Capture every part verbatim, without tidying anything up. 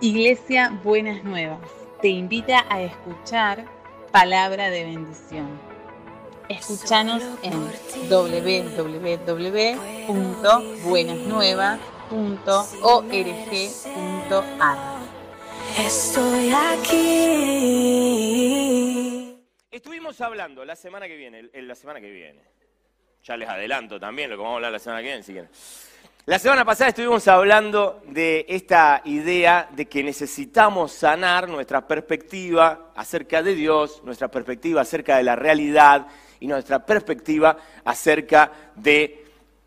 Iglesia Buenas Nuevas te invita a escuchar palabra de bendición. Escúchanos en doble u doble u doble u punto buenas nuevas punto org punto a r. Estoy aquí. Estuvimos hablando la semana que viene, la semana que viene, ya les adelanto también lo que vamos a hablar la semana que viene, si quieren. La semana pasada estuvimos hablando de esta idea de que necesitamos sanar nuestra perspectiva acerca de Dios, nuestra perspectiva acerca de la realidad y nuestra perspectiva acerca de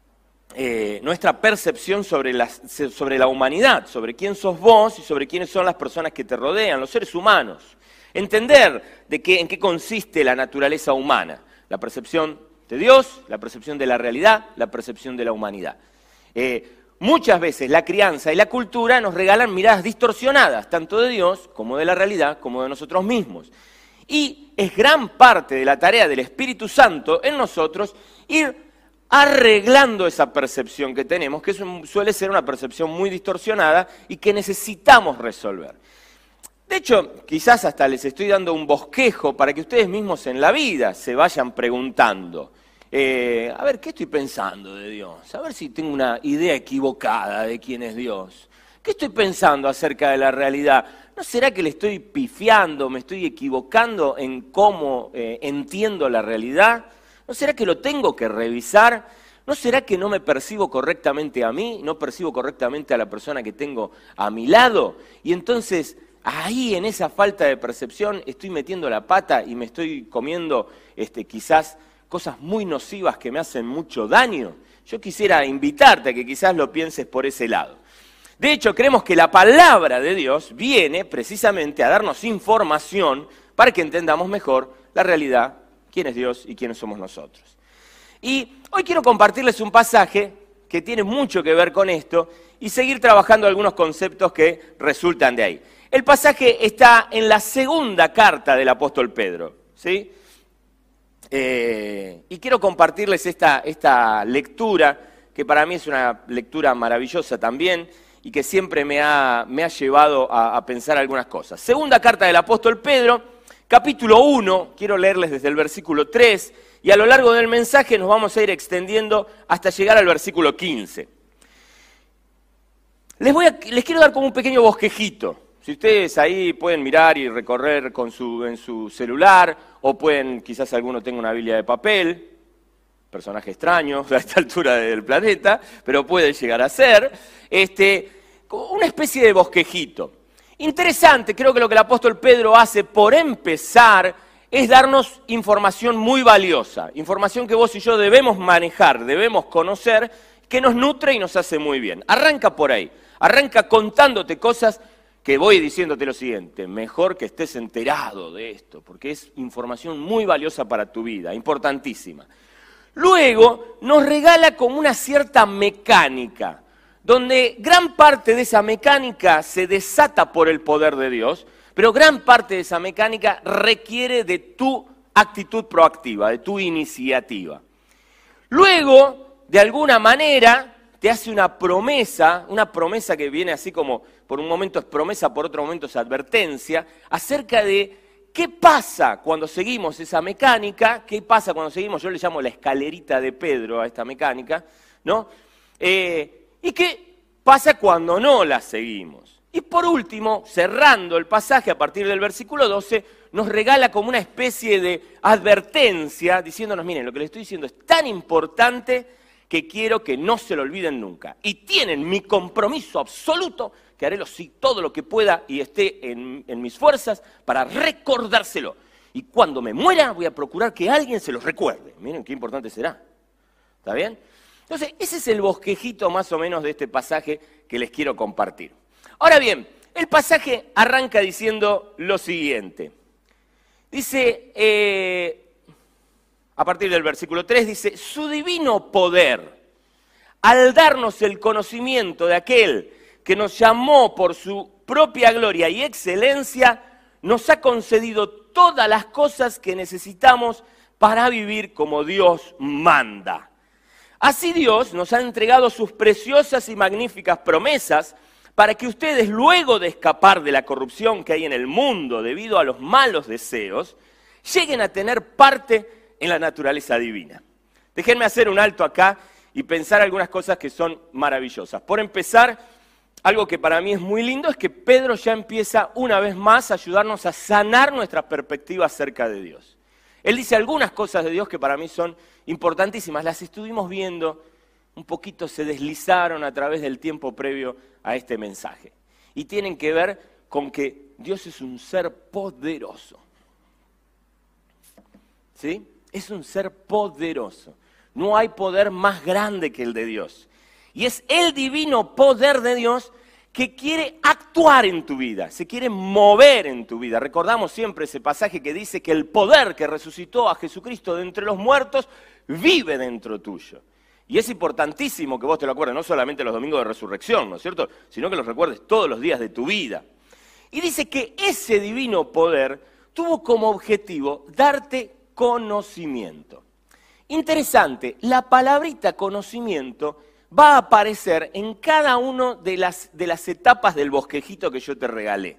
eh, nuestra percepción sobre la, sobre la humanidad, sobre quién sos vos y sobre quiénes son las personas que te rodean, los seres humanos. Entender de qué, en qué consiste la naturaleza humana, la percepción de Dios, la percepción de la realidad, la percepción de la humanidad. Eh, muchas veces la crianza y la cultura nos regalan miradas distorsionadas, tanto de Dios como de la realidad, como de nosotros mismos. Y es gran parte de la tarea del Espíritu Santo en nosotros ir arreglando esa percepción que tenemos, que suele ser una percepción muy distorsionada y que necesitamos resolver. De hecho, quizás hasta les estoy dando un bosquejo para que ustedes mismos en la vida se vayan preguntando. Eh, a ver, ¿qué estoy pensando de Dios? A ver si tengo una idea equivocada de quién es Dios. ¿Qué estoy pensando acerca de la realidad? ¿No será que le estoy pifiando, me estoy equivocando en cómo eh, entiendo la realidad? ¿No será que lo tengo que revisar? ¿No será que no me percibo correctamente a mí? ¿No percibo correctamente a la persona que tengo a mi lado? Y entonces, ahí en esa falta de percepción estoy metiendo la pata y me estoy comiendo este, quizás cosas muy nocivas que me hacen mucho daño. Yo quisiera invitarte a que quizás lo pienses por ese lado. De hecho, creemos que la palabra de Dios viene precisamente a darnos información para que entendamos mejor la realidad, quién es Dios y quiénes somos nosotros. Y hoy quiero compartirles un pasaje que tiene mucho que ver con esto y seguir trabajando algunos conceptos que resultan de ahí. El pasaje está en la segunda carta del apóstol Pedro, ¿sí? Eh, y quiero compartirles esta, esta lectura, que para mí es una lectura maravillosa también, y que siempre me ha, me ha llevado a, a pensar algunas cosas. Segunda carta del apóstol Pedro, capítulo uno, quiero leerles desde el versículo tres, y a lo largo del mensaje nos vamos a ir extendiendo hasta llegar al versículo quince. Les, voy a, les quiero dar como un pequeño bosquejito. Si ustedes ahí pueden mirar y recorrer con su, en su celular, o pueden, quizás alguno tenga una Biblia de papel, personaje extraño a esta altura del planeta, pero puede llegar a ser, este, una especie de bosquejito. Interesante, creo que lo que el apóstol Pedro hace por empezar es darnos información muy valiosa, información que vos y yo debemos manejar, debemos conocer, que nos nutre y nos hace muy bien. Arranca por ahí, arranca contándote cosas que voy diciéndote lo siguiente: mejor que estés enterado de esto, porque es información muy valiosa para tu vida, importantísima. Luego nos regala como una cierta mecánica, donde gran parte de esa mecánica se desata por el poder de Dios, pero gran parte de esa mecánica requiere de tu actitud proactiva, de tu iniciativa. Luego, de alguna manera, te hace una promesa, una promesa que viene así como, por un momento es promesa, por otro momento es advertencia, acerca de qué pasa cuando seguimos esa mecánica, qué pasa cuando seguimos, yo le llamo la escalerita de Pedro a esta mecánica, ¿no? Eh, y qué pasa cuando no la seguimos. Y por último, cerrando el pasaje a partir del versículo doce, nos regala como una especie de advertencia, diciéndonos, miren, lo que les estoy diciendo es tan importante que quiero que no se lo olviden nunca. Y tienen mi compromiso absoluto, que haré todo lo que pueda y esté en, en mis fuerzas para recordárselo. Y cuando me muera voy a procurar que alguien se los recuerde. Miren qué importante será. ¿Está bien? Entonces, ese es el bosquejito más o menos de este pasaje que les quiero compartir. Ahora bien, el pasaje arranca diciendo lo siguiente. Dice... Eh, A partir del versículo tres dice, su divino poder, al darnos el conocimiento de aquel que nos llamó por su propia gloria y excelencia, nos ha concedido todas las cosas que necesitamos para vivir como Dios manda. Así Dios nos ha entregado sus preciosas y magníficas promesas para que ustedes, luego de escapar de la corrupción que hay en el mundo debido a los malos deseos, lleguen a tener parte en la naturaleza divina. Déjenme hacer un alto acá y pensar algunas cosas que son maravillosas. Por empezar, algo que para mí es muy lindo es que Pedro ya empieza una vez más a ayudarnos a sanar nuestra perspectiva acerca de Dios. Él dice algunas cosas de Dios que para mí son importantísimas, las estuvimos viendo, un poquito se deslizaron a través del tiempo previo a este mensaje. Y tienen que ver con que Dios es un ser poderoso. ¿Sí? Es un ser poderoso. No hay poder más grande que el de Dios. Y es el divino poder de Dios que quiere actuar en tu vida, se quiere mover en tu vida. Recordamos siempre ese pasaje que dice que el poder que resucitó a Jesucristo de entre los muertos vive dentro tuyo. Y es importantísimo que vos te lo acuerdes, no solamente los domingos de resurrección, ¿no es cierto?, sino que los recuerdes todos los días de tu vida. Y dice que ese divino poder tuvo como objetivo darte conocimiento. Interesante, la palabrita conocimiento va a aparecer en cada una de las, de las etapas del bosquejito que yo te regalé.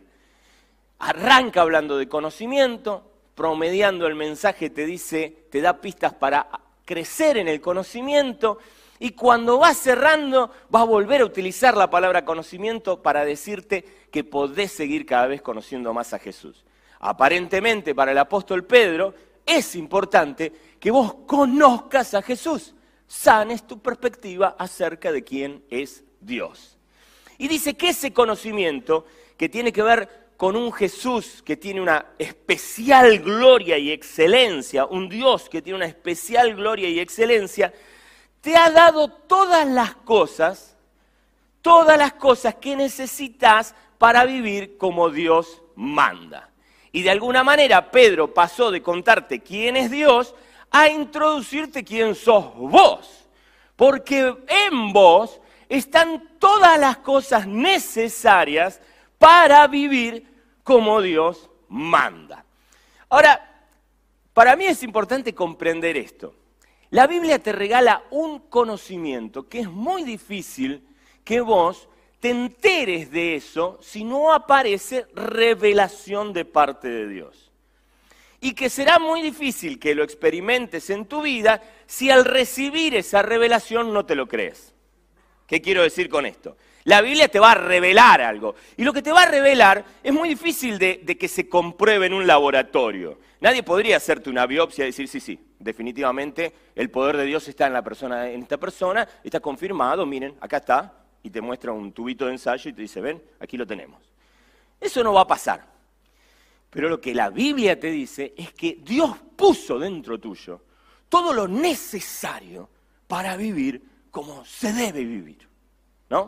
Arranca hablando de conocimiento, promediando el mensaje te dice, te da pistas para crecer en el conocimiento, y cuando va cerrando va a volver a utilizar la palabra conocimiento para decirte que podés seguir cada vez conociendo más a Jesús. Aparentemente para el apóstol Pedro es importante que vos conozcas a Jesús, sanes tu perspectiva acerca de quién es Dios. Y dice que ese conocimiento que tiene que ver con un Jesús que tiene una especial gloria y excelencia, un Dios que tiene una especial gloria y excelencia, te ha dado todas las cosas, todas las cosas que necesitas para vivir como Dios manda. Y de alguna manera Pedro pasó de contarte quién es Dios a introducirte quién sos vos. Porque en vos están todas las cosas necesarias para vivir como Dios manda. Ahora, para mí es importante comprender esto. La Biblia te regala un conocimiento que es muy difícil que vos te enteres de eso si no aparece revelación de parte de Dios. Y que será muy difícil que lo experimentes en tu vida si al recibir esa revelación no te lo crees. ¿Qué quiero decir con esto? La Biblia te va a revelar algo. Y lo que te va a revelar es muy difícil de, de que se compruebe en un laboratorio. Nadie podría hacerte una biopsia y decir, sí, sí, definitivamente el poder de Dios está en, la persona, en esta persona, está confirmado, miren, acá está, y te muestra un tubito de ensayo y te dice, ven, aquí lo tenemos. Eso no va a pasar. Pero lo que la Biblia te dice es que Dios puso dentro tuyo todo lo necesario para vivir como se debe vivir, ¿no?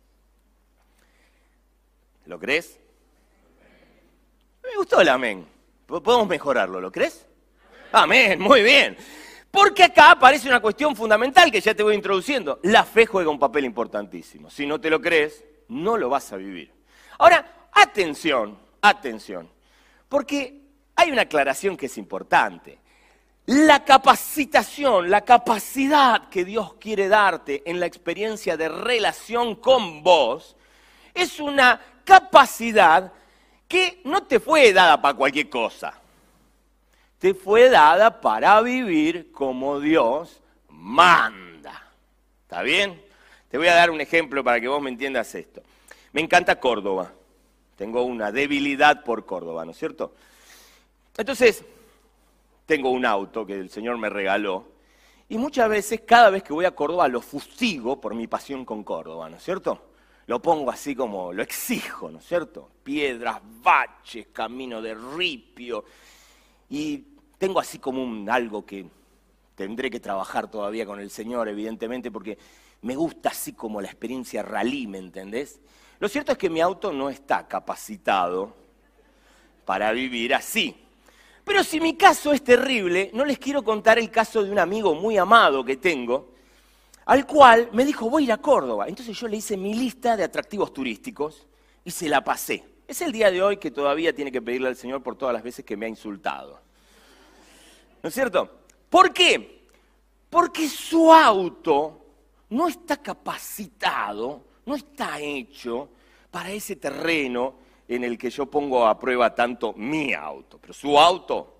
¿Lo crees? Me gustó el amén. Podemos mejorarlo, ¿lo crees? Amén, muy bien. Porque acá aparece una cuestión fundamental que ya te voy introduciendo. La fe juega un papel importantísimo. Si no te lo crees, no lo vas a vivir. Ahora, atención, atención. Porque hay una aclaración que es importante. La capacitación, la capacidad que Dios quiere darte en la experiencia de relación con vos, es una capacidad que no te fue dada para cualquier cosa. Te fue dada para vivir como Dios manda. ¿Está bien? Te voy a dar un ejemplo para que vos me entiendas esto. Me encanta Córdoba. Tengo una debilidad por Córdoba, ¿no es cierto? Entonces, tengo un auto que el Señor me regaló y muchas veces, cada vez que voy a Córdoba, lo fustigo por mi pasión con Córdoba, ¿no es cierto? Lo pongo así como, lo exijo, ¿no es cierto? Piedras, baches, camino de ripio. Y tengo así como un algo que tendré que trabajar todavía con el Señor, evidentemente, porque me gusta así como la experiencia rally, ¿me entendés? Lo cierto es que mi auto no está capacitado para vivir así. Pero si mi caso es terrible, no les quiero contar el caso de un amigo muy amado que tengo, al cual me dijo, voy a ir a Córdoba. Entonces yo le hice mi lista de atractivos turísticos y se la pasé. Es el día de hoy que todavía tiene que pedirle al Señor por todas las veces que me ha insultado. ¿No es cierto? ¿Por qué? Porque su auto no está capacitado, no está hecho para ese terreno en el que yo pongo a prueba tanto mi auto, pero su auto,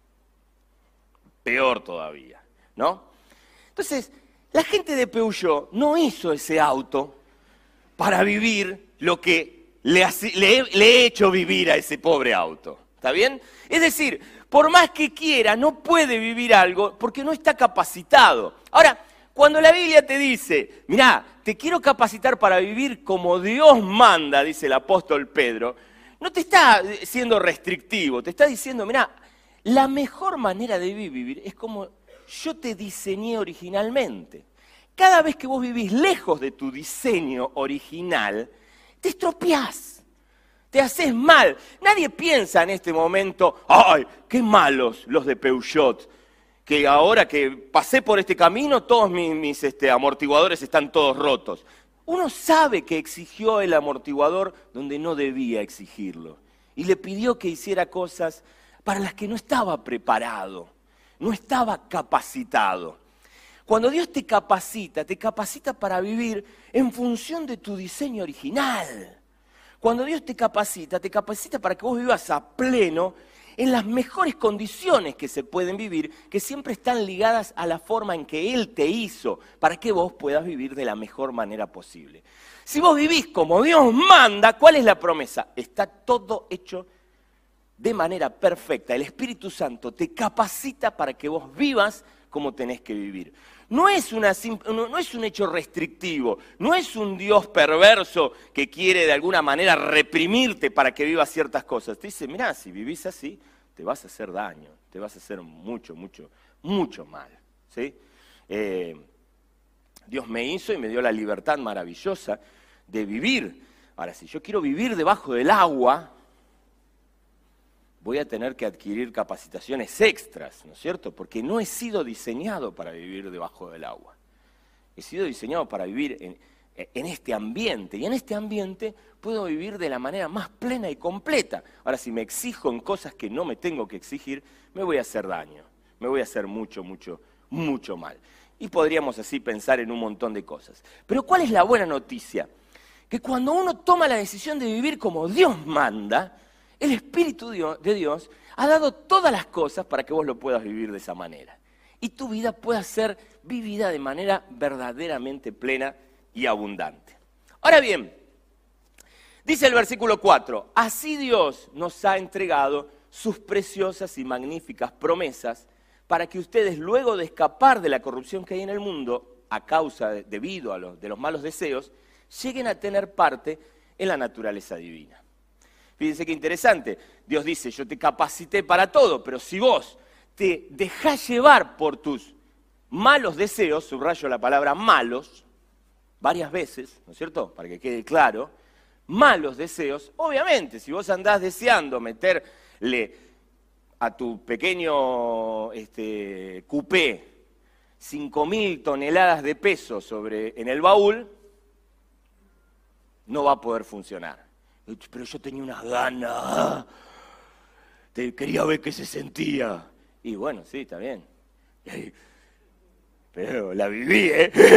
peor todavía, ¿no? Entonces, la gente de Peugeot no hizo ese auto para vivir lo que le, le, le he hecho vivir a ese pobre auto, ¿está bien? Es decir, por más que quiera, no puede vivir algo porque no está capacitado. Ahora, cuando la Biblia te dice, mirá, te quiero capacitar para vivir como Dios manda, dice el apóstol Pedro, no te está siendo restrictivo, te está diciendo, mirá, la mejor manera de vivir es como yo te diseñé originalmente. Cada vez que vos vivís lejos de tu diseño original, te estropeás, te haces mal. Nadie piensa en este momento, ¡ay, qué malos los de Peugeot! Que ahora que pasé por este camino, todos mis, mis este, amortiguadores están todos rotos. Uno sabe que exigió el amortiguador donde no debía exigirlo. Y le pidió que hiciera cosas para las que no estaba preparado, no estaba capacitado. Cuando Dios te capacita, te capacita para vivir en función de tu diseño original. Cuando Dios te capacita, te capacita para que vos vivas a pleno en las mejores condiciones que se pueden vivir, que siempre están ligadas a la forma en que Él te hizo, para que vos puedas vivir de la mejor manera posible. Si vos vivís como Dios manda, ¿cuál es la promesa? Está todo hecho de manera perfecta. El Espíritu Santo te capacita para que vos vivas como tenés que vivir. No es, una, no es un hecho restrictivo, no es un Dios perverso que quiere de alguna manera reprimirte para que vivas ciertas cosas. Te dice, mirá, si vivís así, te vas a hacer daño, te vas a hacer mucho, mucho, mucho mal. ¿Sí? Eh, Dios me hizo y me dio la libertad maravillosa de vivir. Ahora, si yo quiero vivir debajo del agua, voy a tener que adquirir capacitaciones extras, ¿no es cierto? Porque no he sido diseñado para vivir debajo del agua. He sido diseñado para vivir en, en este ambiente, y en este ambiente puedo vivir de la manera más plena y completa. Ahora, si me exijo en cosas que no me tengo que exigir, me voy a hacer daño, me voy a hacer mucho, mucho, mucho mal. Y podríamos así pensar en un montón de cosas. Pero ¿cuál es la buena noticia? Que cuando uno toma la decisión de vivir como Dios manda, el Espíritu de Dios ha dado todas las cosas para que vos lo puedas vivir de esa manera. Y tu vida pueda ser vivida de manera verdaderamente plena y abundante. Ahora bien, dice el versículo cuatro, así Dios nos ha entregado sus preciosas y magníficas promesas para que ustedes, luego de escapar de la corrupción que hay en el mundo, a causa, de, debido a los, de los malos deseos, lleguen a tener parte en la naturaleza divina. Fíjense qué interesante, Dios dice, yo te capacité para todo, pero si vos te dejás llevar por tus malos deseos, subrayo la palabra malos, varias veces, ¿no es cierto?, para que quede claro, malos deseos, obviamente, si vos andás deseando meterle a tu pequeño este, coupé cinco mil toneladas de peso sobre, en el baúl, no va a poder funcionar. Pero yo tenía unas ganas, te quería ver qué se sentía. Y bueno, sí, está bien. Pero la viví,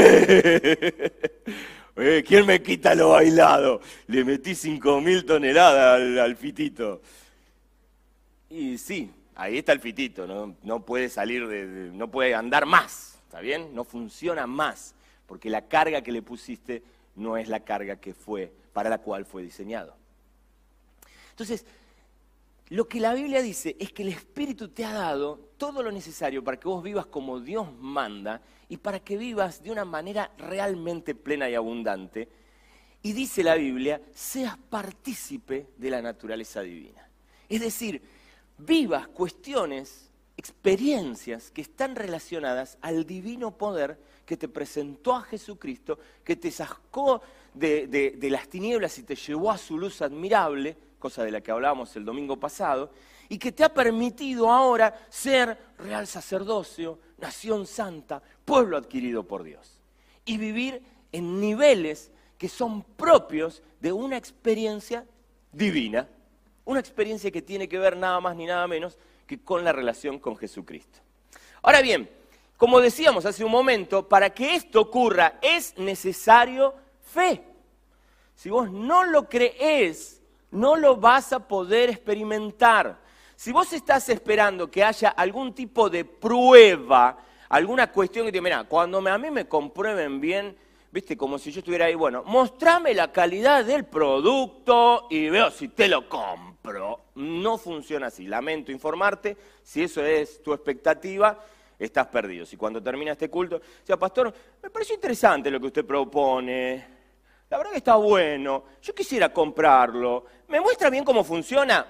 ¿eh? ¿Quién me quita lo bailado? Le metí cinco mil toneladas al, al fitito. Y sí, ahí está el fitito, no, no puede salir, de, de, no puede andar más, ¿está bien? No funciona más, porque la carga que le pusiste no es la carga que fue, para la cual fue diseñado. Entonces, lo que la Biblia dice es que el Espíritu te ha dado todo lo necesario para que vos vivas como Dios manda y para que vivas de una manera realmente plena y abundante. Y dice la Biblia, seas partícipe de la naturaleza divina. Es decir, vivas cuestiones, experiencias que están relacionadas al divino poder que te presentó a Jesucristo, que te sacó de, de, de las tinieblas y te llevó a su luz admirable, cosa de la que hablábamos el domingo pasado, y que te ha permitido ahora ser real sacerdocio, nación santa, pueblo adquirido por Dios. Y vivir en niveles que son propios de una experiencia divina, una experiencia que tiene que ver nada más ni nada menos que con la relación con Jesucristo. Ahora bien, como decíamos hace un momento, para que esto ocurra es necesario fe. Si vos no lo creés, no lo vas a poder experimentar. Si vos estás esperando que haya algún tipo de prueba, alguna cuestión que te diga, mira, cuando a mí me comprueben bien, viste, como si yo estuviera ahí, bueno, mostrame la calidad del producto y veo si te lo compro. No funciona así. Lamento informarte, si eso es tu expectativa, estás perdido. Si cuando termina este culto, o sea, pastor, me pareció interesante lo que usted propone. La verdad que está bueno, yo quisiera comprarlo. ¿Me muestra bien cómo funciona?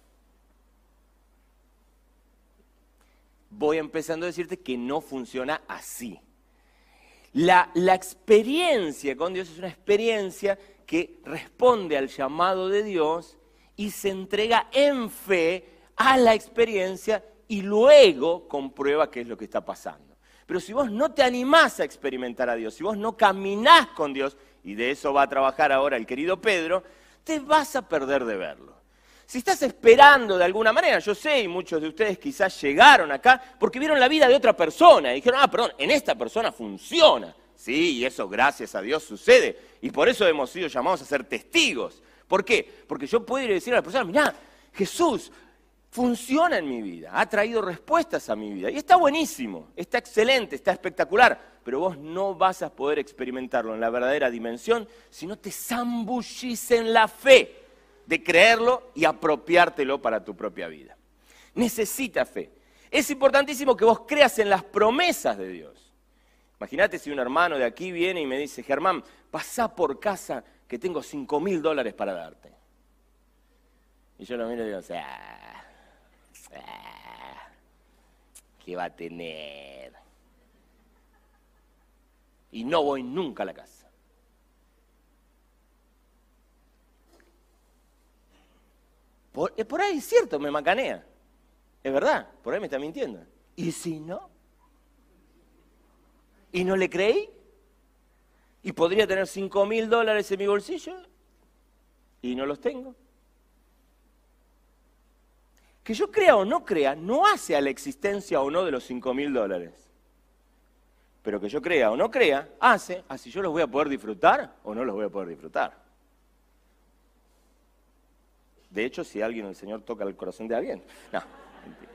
Voy empezando a decirte que no funciona así. La, la experiencia con Dios es una experiencia que responde al llamado de Dios y se entrega en fe a la experiencia y luego comprueba qué es lo que está pasando. Pero si vos no te animás a experimentar a Dios, si vos no caminás con Dios, y de eso va a trabajar ahora el querido Pedro, te vas a perder de verlo. Si estás esperando de alguna manera, yo sé, y muchos de ustedes quizás llegaron acá porque vieron la vida de otra persona y dijeron, ah, perdón, en esta persona funciona. Sí, y eso gracias a Dios sucede. Y por eso hemos sido llamados a ser testigos. ¿Por qué? Porque yo puedo ir a decir a la persona, mirá, Jesús funciona en mi vida, ha traído respuestas a mi vida. Y está buenísimo, está excelente, está espectacular, pero vos no vas a poder experimentarlo en la verdadera dimensión si no te zambullís en la fe de creerlo y apropiártelo para tu propia vida. Necesita fe. Es importantísimo que vos creas en las promesas de Dios. Imagínate si un hermano de aquí viene y me dice, Germán, pasá por casa que tengo cinco mil dólares para darte. Y yo lo miro y digo, ah, ah, ¿qué va a tener? Y no voy nunca a la casa. Por, por ahí es cierto, me macanea. Es verdad, por ahí me está mintiendo. ¿Y si no? ¿Y no le creí? ¿Y podría tener cinco mil dólares en mi bolsillo? ¿Y no los tengo? Que yo crea o no crea, no hace a la existencia o no de los cinco mil dólares. Pero que yo crea o no crea, hace a si yo los voy a poder disfrutar o no los voy a poder disfrutar. De hecho, si alguien, el Señor toca el corazón de alguien. No, mentira.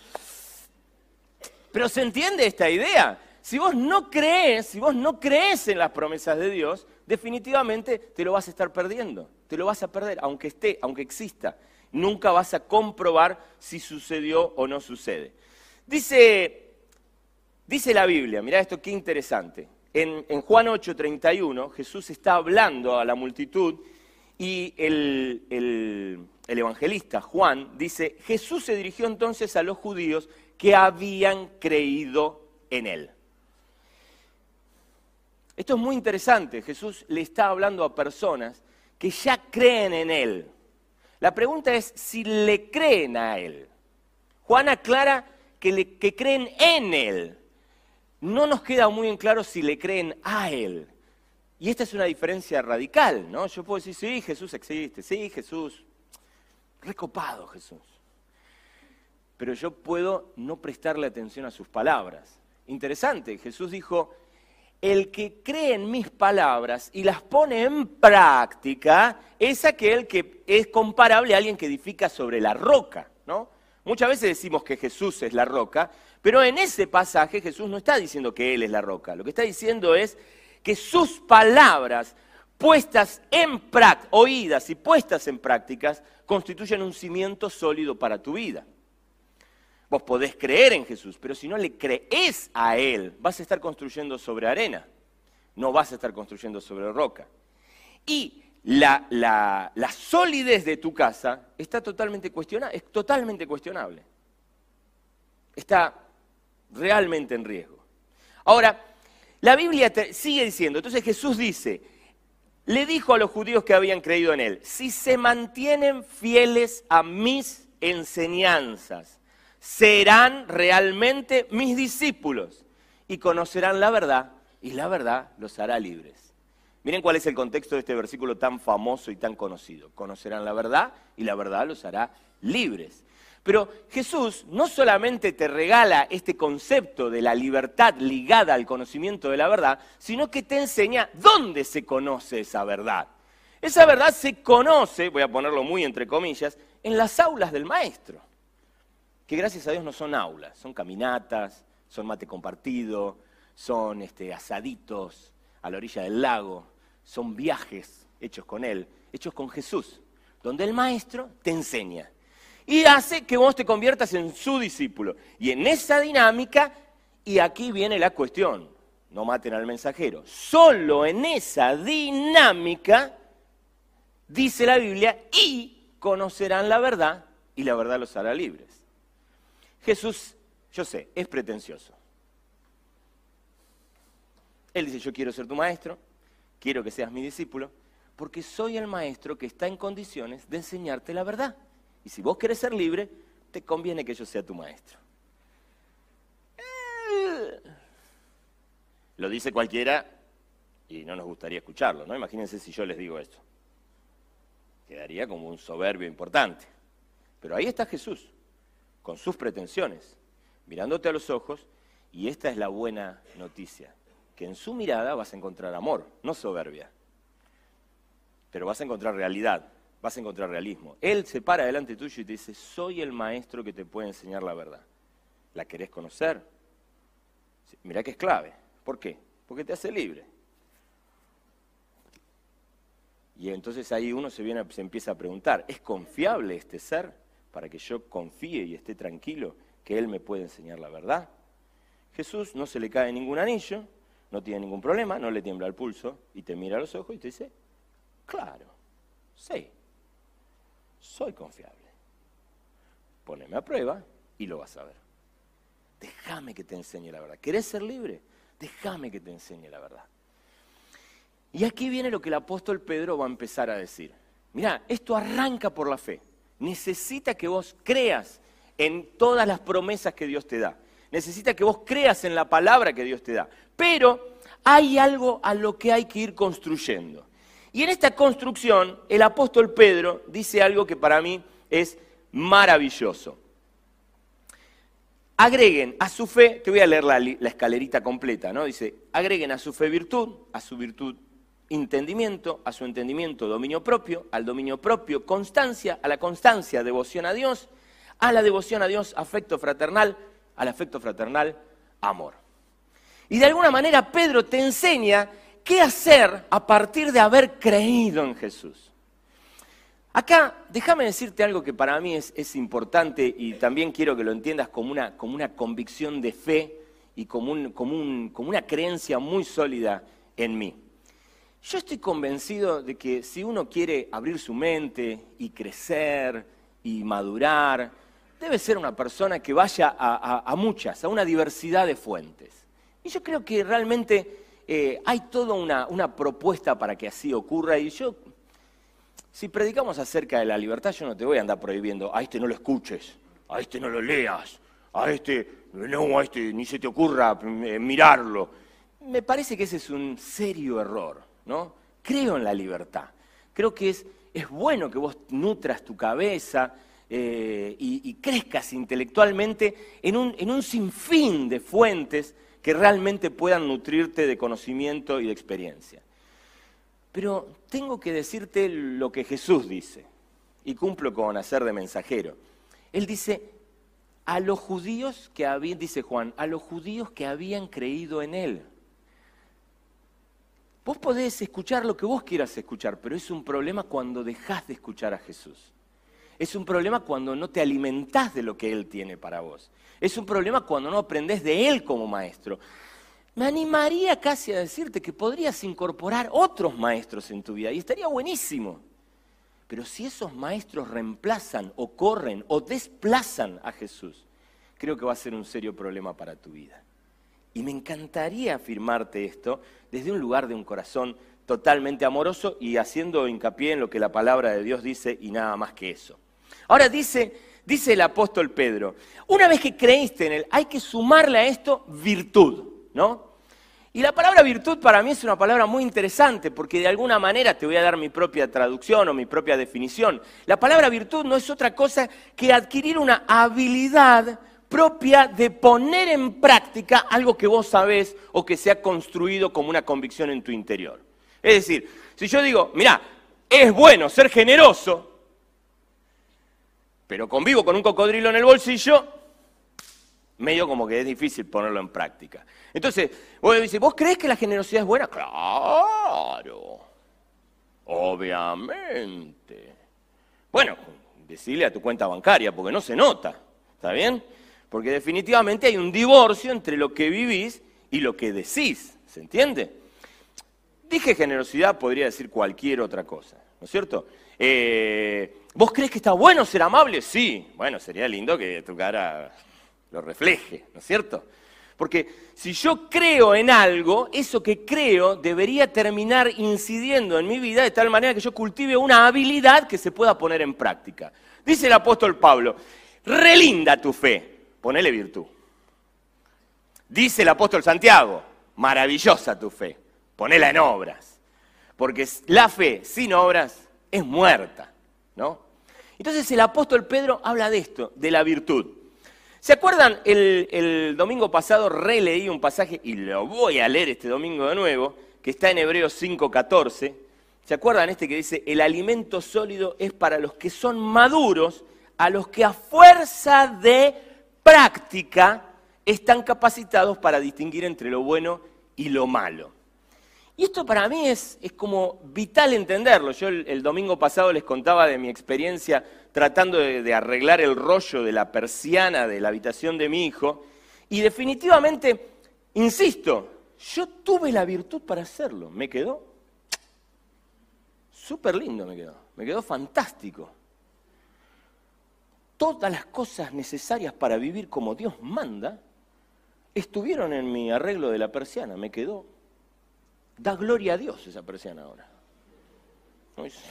Pero ¿se entiende esta idea? Si vos no crees, si vos no crees en las promesas de Dios, definitivamente te lo vas a estar perdiendo. Te lo vas a perder, aunque esté, aunque exista. Nunca vas a comprobar si sucedió o no sucede. Dice, dice la Biblia, mirá esto qué interesante. En, en Juan ocho, treinta y uno, Jesús está hablando a la multitud y el, el, el evangelista Juan dice, Jesús se dirigió entonces a los judíos que habían creído en él. Esto es muy interesante, Jesús le está hablando a personas que ya creen en él. La pregunta es si le creen a él. Juan aclara que, le, que creen en él. No nos queda muy en claro si le creen a él. Y esta es una diferencia radical, ¿no? Yo puedo decir, sí, Jesús existe, sí, Jesús, recopado Jesús. Pero yo puedo no prestarle atención a sus palabras. Interesante, Jesús dijo, el que cree en mis palabras y las pone en práctica es aquel que es comparable a alguien que edifica sobre la roca, ¿no? Muchas veces decimos que Jesús es la roca, pero en ese pasaje Jesús no está diciendo que Él es la roca. Lo que está diciendo es que sus palabras puestas en práctica, oídas y puestas en prácticas, constituyen un cimiento sólido para tu vida. Vos podés creer en Jesús, pero si no le crees a Él, vas a estar construyendo sobre arena, no vas a estar construyendo sobre roca. Y la, la, la solidez de tu casa está totalmente cuestionable, es totalmente cuestionable. Está realmente en riesgo. Ahora, la Biblia te sigue diciendo, entonces Jesús dice, le dijo a los judíos que habían creído en Él, si se mantienen fieles a mis enseñanzas, serán realmente mis discípulos y conocerán la verdad y la verdad los hará libres. Miren cuál es el contexto de este versículo tan famoso y tan conocido. Conocerán la verdad y la verdad los hará libres. Pero Jesús no solamente te regala este concepto de la libertad ligada al conocimiento de la verdad, sino que te enseña dónde se conoce esa verdad. Esa verdad se conoce, voy a ponerlo muy entre comillas, en las aulas del maestro. Que gracias a Dios no son aulas, son caminatas, son mate compartido, son este, asaditos a la orilla del lago, son viajes hechos con Él, hechos con Jesús, donde el maestro te enseña y hace que vos te conviertas en su discípulo. Y en esa dinámica, y aquí viene la cuestión, no maten al mensajero, solo en esa dinámica, dice la Biblia, y conocerán la verdad, y la verdad los hará libres. Jesús, yo sé, es pretencioso. Él dice, yo quiero ser tu maestro, quiero que seas mi discípulo, porque soy el maestro que está en condiciones de enseñarte la verdad. Y si vos querés ser libre, te conviene que yo sea tu maestro. Eh, lo dice cualquiera y no nos gustaría escucharlo, ¿no? Imagínense si yo les digo esto. Quedaría como un soberbio importante. Pero ahí está Jesús, con sus pretensiones, mirándote a los ojos, y esta es la buena noticia, que en su mirada vas a encontrar amor, no soberbia, pero vas a encontrar realidad, vas a encontrar realismo. Él se para delante tuyo y te dice, soy el maestro que te puede enseñar la verdad. ¿La querés conocer? Mirá que es clave. ¿Por qué? Porque te hace libre. Y entonces ahí uno se, viene, se empieza a preguntar, ¿es confiable este ser para que yo confíe y esté tranquilo que Él me puede enseñar la verdad? Jesús no se le cae ningún anillo, no tiene ningún problema, no le tiembla el pulso y te mira a los ojos y te dice, claro, sí, soy confiable. Poneme a prueba y lo vas a ver. Déjame que te enseñe la verdad. ¿Querés ser libre? Déjame que te enseñe la verdad. Y aquí viene lo que el apóstol Pedro va a empezar a decir. Mirá, esto arranca por la fe. Necesita que vos creas en todas las promesas que Dios te da. Necesita que vos creas en la palabra que Dios te da. Pero hay algo a lo que hay que ir construyendo. Y en esta construcción, el apóstol Pedro dice algo que para mí es maravilloso. Agreguen a su fe, te voy a leer la, la escalerita completa, ¿no? Dice, agreguen a su fe virtud, a su virtud entendimiento, a su entendimiento dominio propio, al dominio propio constancia, a la constancia devoción a Dios, a la devoción a Dios afecto fraternal, al afecto fraternal amor. Y de alguna manera Pedro te enseña qué hacer a partir de haber creído en Jesús. Acá, déjame decirte algo que para mí es, es importante y también quiero que lo entiendas como una, como una convicción de fe y como, un, como, un, como una creencia muy sólida en mí. Yo estoy convencido de que si uno quiere abrir su mente y crecer y madurar, debe ser una persona que vaya a, a, a muchas, a una diversidad de fuentes. Y yo creo que realmente eh, hay toda una, una propuesta para que así ocurra. Y yo, si predicamos acerca de la libertad, yo no te voy a andar prohibiendo, a este no lo escuches, a este no lo leas, a este, no, a este ni se te ocurra mirarlo. Me parece que ese es un serio error. ¿No? Creo en la libertad. Creo que es, es bueno que vos nutras tu cabeza eh, y, y crezcas intelectualmente en un, en un sinfín de fuentes que realmente puedan nutrirte de conocimiento y de experiencia. Pero tengo que decirte lo que Jesús dice, y cumplo con hacer de mensajero. Él dice, a los judíos que habían, dice Juan, a los judíos que habían creído en Él. Vos podés escuchar lo que vos quieras escuchar, pero es un problema cuando dejás de escuchar a Jesús. Es un problema cuando no te alimentás de lo que Él tiene para vos. Es un problema cuando no aprendés de Él como maestro. Me animaría casi a decirte que podrías incorporar otros maestros en tu vida y estaría buenísimo. Pero si esos maestros reemplazan o corren o desplazan a Jesús, creo que va a ser un serio problema para tu vida. Y me encantaría afirmarte esto desde un lugar de un corazón totalmente amoroso y haciendo hincapié en lo que la palabra de Dios dice y nada más que eso. Ahora dice, dice el apóstol Pedro, una vez que creíste en Él, hay que sumarle a esto virtud, ¿no? Y la palabra virtud para mí es una palabra muy interesante porque de alguna manera te voy a dar mi propia traducción o mi propia definición. La palabra virtud no es otra cosa que adquirir una habilidad propia de poner en práctica algo que vos sabés o que se ha construido como una convicción en tu interior. Es decir, si yo digo, mirá, es bueno ser generoso, pero convivo con un cocodrilo en el bolsillo, medio como que es difícil ponerlo en práctica. Entonces, vos decís, ¿vos creés que la generosidad es buena? Claro, obviamente. Bueno, decirle a tu cuenta bancaria, porque no se nota, ¿está bien? Porque definitivamente hay un divorcio entre lo que vivís y lo que decís, ¿se entiende? Dije generosidad, podría decir cualquier otra cosa, ¿no es cierto? Eh, ¿Vos crees que está bueno ser amable? Sí, bueno, sería lindo que tu cara lo refleje, ¿no es cierto? Porque si yo creo en algo, eso que creo debería terminar incidiendo en mi vida de tal manera que yo cultive una habilidad que se pueda poner en práctica. Dice el apóstol Pablo, relinda tu fe, ponele virtud. Dice el apóstol Santiago, maravillosa tu fe, ponela en obras. Porque la fe sin obras es muerta, ¿no? Entonces el apóstol Pedro habla de esto, de la virtud. ¿Se acuerdan? El, el domingo pasado releí un pasaje, y lo voy a leer este domingo de nuevo, que está en Hebreos cinco catorce. ¿Se acuerdan este que dice, el alimento sólido es para los que son maduros, a los que a fuerza de práctica están capacitados para distinguir entre lo bueno y lo malo? Y esto para mí es, es como vital entenderlo. Yo el, el domingo pasado les contaba de mi experiencia tratando de, de arreglar el rollo de la persiana de la habitación de mi hijo. Y definitivamente, insisto, yo tuve la virtud para hacerlo. Me quedó súper lindo, me quedó. Me quedó fantástico. Todas las cosas necesarias para vivir como Dios manda estuvieron en mi arreglo de la persiana. Me quedó. Da gloria a Dios esa persiana ahora. ¿No es?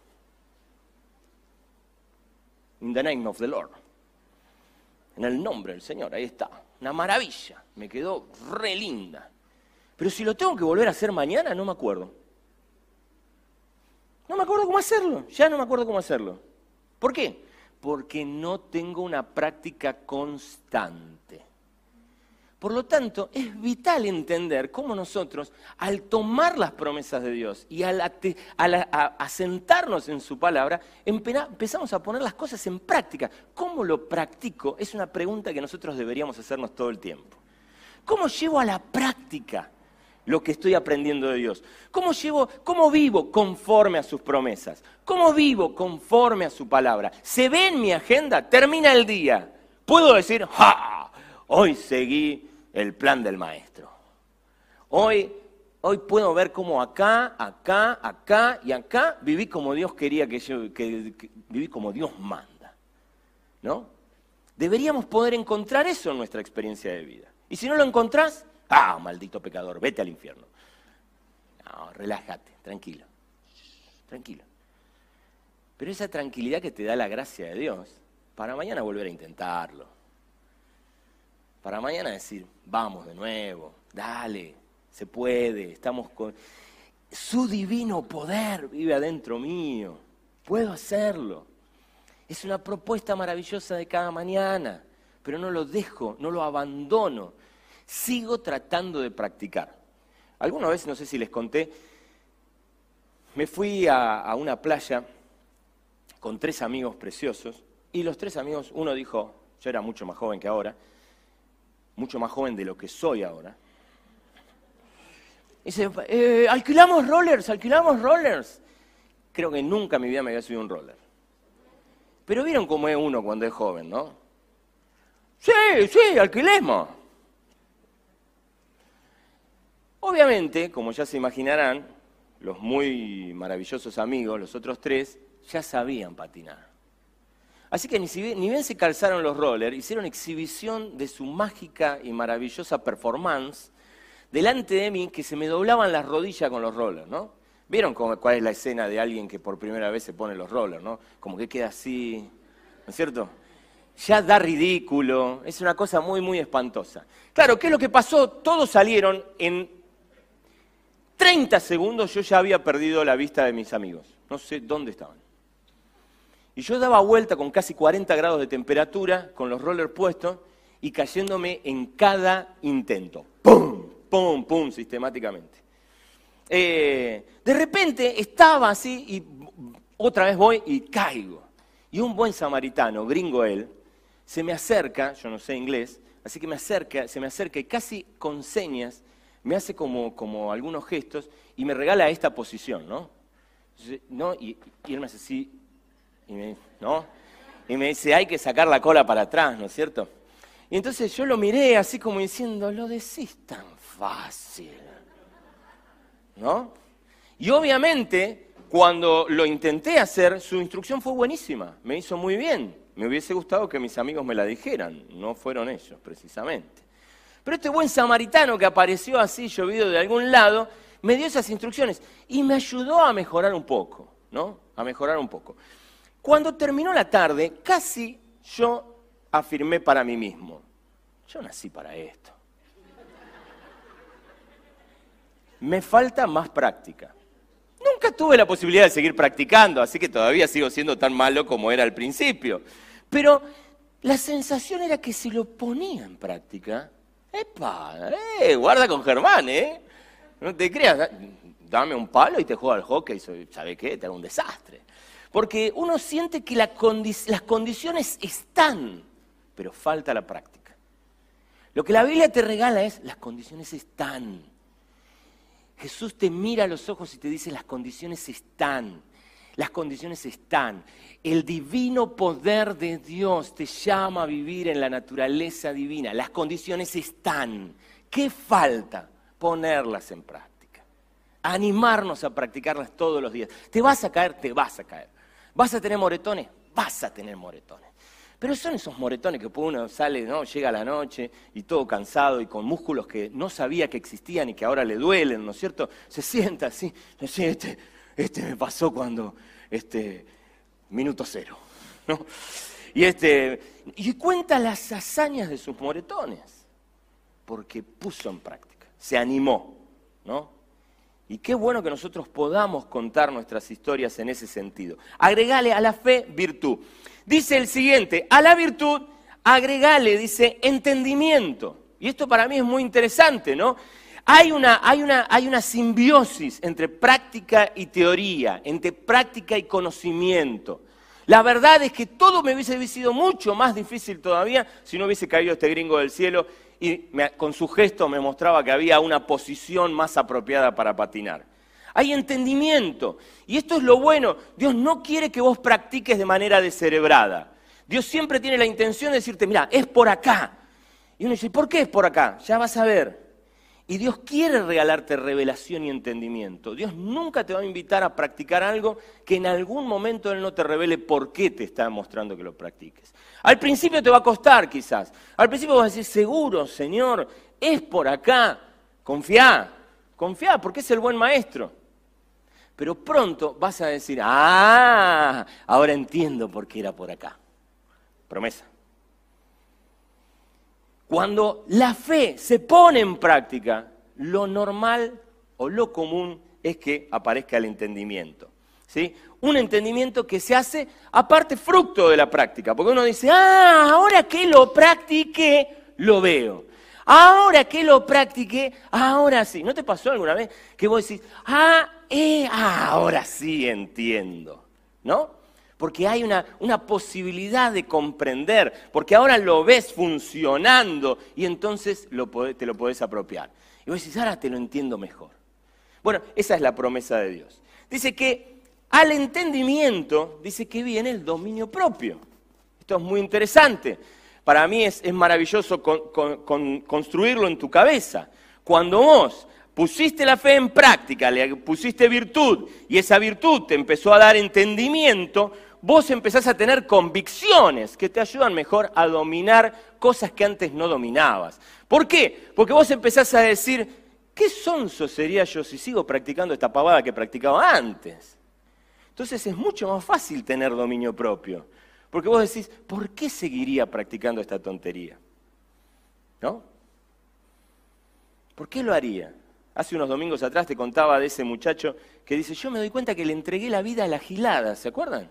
In the name of the Lord. En el nombre del Señor, ahí está. Una maravilla. Me quedó re linda. Pero si lo tengo que volver a hacer mañana, no me acuerdo. No me acuerdo cómo hacerlo. Ya no me acuerdo cómo hacerlo. ¿Por qué? Porque no tengo una práctica constante. Por lo tanto, es vital entender cómo nosotros, al tomar las promesas de Dios y al, ate, al a, a sentarnos en su palabra, empezamos a poner las cosas en práctica. ¿Cómo lo practico? Es una pregunta que nosotros deberíamos hacernos todo el tiempo. ¿Cómo llevo a la práctica lo que estoy aprendiendo de Dios? ¿Cómo llevo, cómo vivo conforme a sus promesas? ¿Cómo vivo conforme a su palabra? ¿Se ve en mi agenda? Termina el día. Puedo decir, ¡ja! Hoy seguí el plan del maestro. Hoy, hoy puedo ver cómo acá, acá, acá y acá viví como Dios quería que yo, que, que viví como Dios manda, ¿no? Deberíamos poder encontrar eso en nuestra experiencia de vida. Y si no lo encontrás, ¡ah, maldito pecador! Vete al infierno. No, relájate, tranquilo, tranquilo. Pero esa tranquilidad que te da la gracia de Dios, para mañana volver a intentarlo. Para mañana decir, vamos de nuevo, dale, se puede, estamos con... Su divino poder vive adentro mío, puedo hacerlo. Es una propuesta maravillosa de cada mañana, pero no lo dejo, no lo abandono. Sigo tratando de practicar. Alguna vez, no sé si les conté, me fui a, a una playa con tres amigos preciosos, y los tres amigos, uno dijo, yo era mucho más joven que ahora, mucho más joven de lo que soy ahora. Dice, eh, alquilamos rollers, alquilamos rollers. Creo que nunca en mi vida me había subido un roller. Pero vieron cómo es uno cuando es joven, ¿no? Sí, sí, alquilemos. Obviamente, como ya se imaginarán, los muy maravillosos amigos, los otros tres, ya sabían patinar. Así que ni, si bien, ni bien se calzaron los rollers, hicieron exhibición de su mágica y maravillosa performance delante de mí, que se me doblaban las rodillas con los rollers, ¿no? ¿Vieron cómo, cuál es la escena de alguien que por primera vez se pone los rollers, ¿no? Como que queda así, ¿no es cierto? Ya da ridículo, es una cosa muy, muy espantosa. Claro, ¿qué es lo que pasó? Todos salieron, en treinta segundos yo ya había perdido la vista de mis amigos. No sé dónde estaban. Y yo daba vuelta con casi cuarenta grados de temperatura, con los rollers puestos, y cayéndome en cada intento. ¡Pum! ¡Pum! ¡Pum! Sistemáticamente. Eh, de repente estaba así, y Otra vez voy y caigo. Y un buen samaritano, gringo él, se me acerca, yo no sé inglés, así que me acerca, se me acerca y casi con señas me hace como, como algunos gestos y me regala esta posición, ¿no? ¿No? Y, y él me hace así, y me, ¿no? Y me dice, hay que sacar la cola para atrás, ¿no es cierto? Y entonces yo lo miré así como diciendo, lo decís tan fácil, ¿no? Y obviamente, cuando lo intenté hacer, su instrucción fue buenísima, me hizo muy bien. Me hubiese gustado que mis amigos me la dijeran, no fueron ellos, precisamente. Pero este buen samaritano que apareció así, llovido de algún lado, me dio esas instrucciones y me ayudó a mejorar un poco, ¿no? A mejorar un poco. Cuando terminó la tarde, casi yo afirmé para mí mismo, yo nací para esto. Me falta más práctica. Nunca tuve la posibilidad de seguir practicando, así que todavía sigo siendo tan malo como era al principio. Pero la sensación era que si lo ponía en práctica, ¡epa! Eh, guarda con Germán, ¿eh? No te creas, dame un palo y te juego al hockey, ¿sabe qué? Te hago un desastre. Porque uno siente que la condi- las condiciones están, pero falta la práctica. Lo que la Biblia te regala es, las condiciones están. Jesús te mira a los ojos y te dice, las condiciones están. Las condiciones están. El divino poder de Dios te llama a vivir en la naturaleza divina. Las condiciones están. ¿Qué falta? Ponerlas en práctica. Animarnos a practicarlas todos los días. ¿Te vas a caer? Te vas a caer. ¿Vas a tener moretones? Vas a tener moretones. Pero son esos moretones que uno sale, ¿no? Llega a la noche y todo cansado y con músculos que no sabía que existían y que ahora le duelen, ¿no es cierto? Se sienta así, así este, este me pasó cuando, este, minuto cero, ¿no? Y, este, y cuenta las hazañas de sus moretones, porque puso en práctica, se animó, ¿no? Y qué bueno que nosotros podamos contar nuestras historias en ese sentido. Agregale a la fe virtud. Dice el siguiente, a la virtud agregale, dice, entendimiento. Y esto para mí es muy interesante, ¿no? Hay una, hay una, hay una simbiosis entre práctica y teoría, entre práctica y conocimiento. La verdad es que todo me hubiese sido mucho más difícil todavía si no hubiese caído este gringo del cielo y me, con su gesto me mostraba que había una posición más apropiada para patinar. Hay entendimiento, y esto es lo bueno. Dios no quiere que vos practiques de manera descerebrada. Dios siempre tiene la intención de decirte, mira, es por acá. Y uno dice, ¿por qué es por acá? Ya vas a ver. Y Dios quiere regalarte revelación y entendimiento. Dios nunca te va a invitar a practicar algo que en algún momento Él no te revele por qué te está mostrando que lo practiques. Al principio te va a costar quizás. Al principio vas a decir, seguro, Señor, es por acá. Confiá, confiá, porque es el buen maestro. Pero pronto vas a decir, ah, ahora entiendo por qué era por acá. Promesa. Cuando la fe se pone en práctica, lo normal o lo común es que aparezca el entendimiento, ¿sí? Un entendimiento que se hace aparte fruto de la práctica, porque uno dice, ah, ahora que lo practiqué, lo veo. Ahora que lo practiqué, ahora sí. ¿No te pasó alguna vez que vos decís, ah, eh, ah ahora sí entiendo, ¿no? Porque hay una, una posibilidad de comprender, porque ahora lo ves funcionando y entonces lo podés, te lo podés apropiar. Y vos decís, ahora te lo entiendo mejor. Bueno, esa es la promesa de Dios. Dice que al entendimiento, dice que viene el dominio propio. Esto es muy interesante. Para mí es, es maravilloso con, con, con construirlo en tu cabeza. Cuando vos pusiste la fe en práctica, le pusiste virtud y esa virtud te empezó a dar entendimiento, vos empezás a tener convicciones que te ayudan mejor a dominar cosas que antes no dominabas. ¿Por qué? Porque vos empezás a decir, ¿qué sonso sería yo si sigo practicando esta pavada que practicaba antes? Entonces es mucho más fácil tener dominio propio. Porque vos decís, ¿por qué seguiría practicando esta tontería? ¿No? ¿Por qué lo haría? Hace unos domingos atrás te contaba de ese muchacho que dice, yo me doy cuenta que le entregué la vida a la gilada, ¿se acuerdan?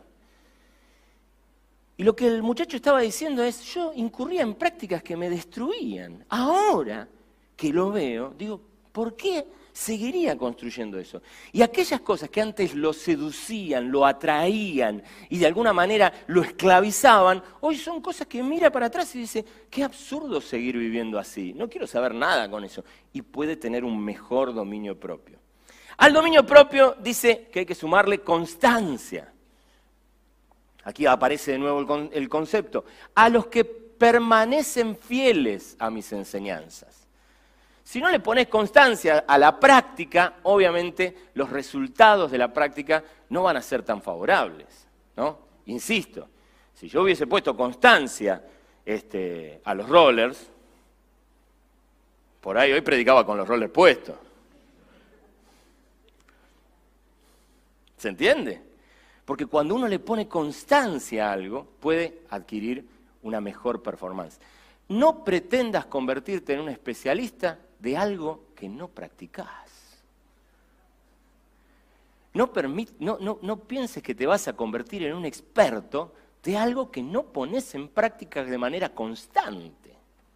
Y lo que el muchacho estaba diciendo es, yo incurría en prácticas que me destruían. Ahora que lo veo, digo, ¿por qué seguiría construyendo eso. Y aquellas cosas que antes lo seducían, lo atraían y de alguna manera lo esclavizaban, hoy son cosas que mira para atrás y dice, qué absurdo seguir viviendo así, no quiero saber nada con eso. Y puede tener un mejor dominio propio. Al dominio propio dice que hay que sumarle constancia. Aquí aparece de nuevo el, con, el concepto. A los que permanecen fieles a mis enseñanzas. Si no le pones constancia a la práctica, obviamente los resultados de la práctica no van a ser tan favorables, ¿no? Insisto, si yo hubiese puesto constancia este, a los rollers, por ahí hoy predicaba con los rollers puestos. ¿Se entiende? Porque cuando uno le pone constancia a algo, puede adquirir una mejor performance. No pretendas convertirte en un especialista de algo que no practicás. No, permit, no, no, no pienses que te vas a convertir en un experto de algo que no pones en práctica de manera constante.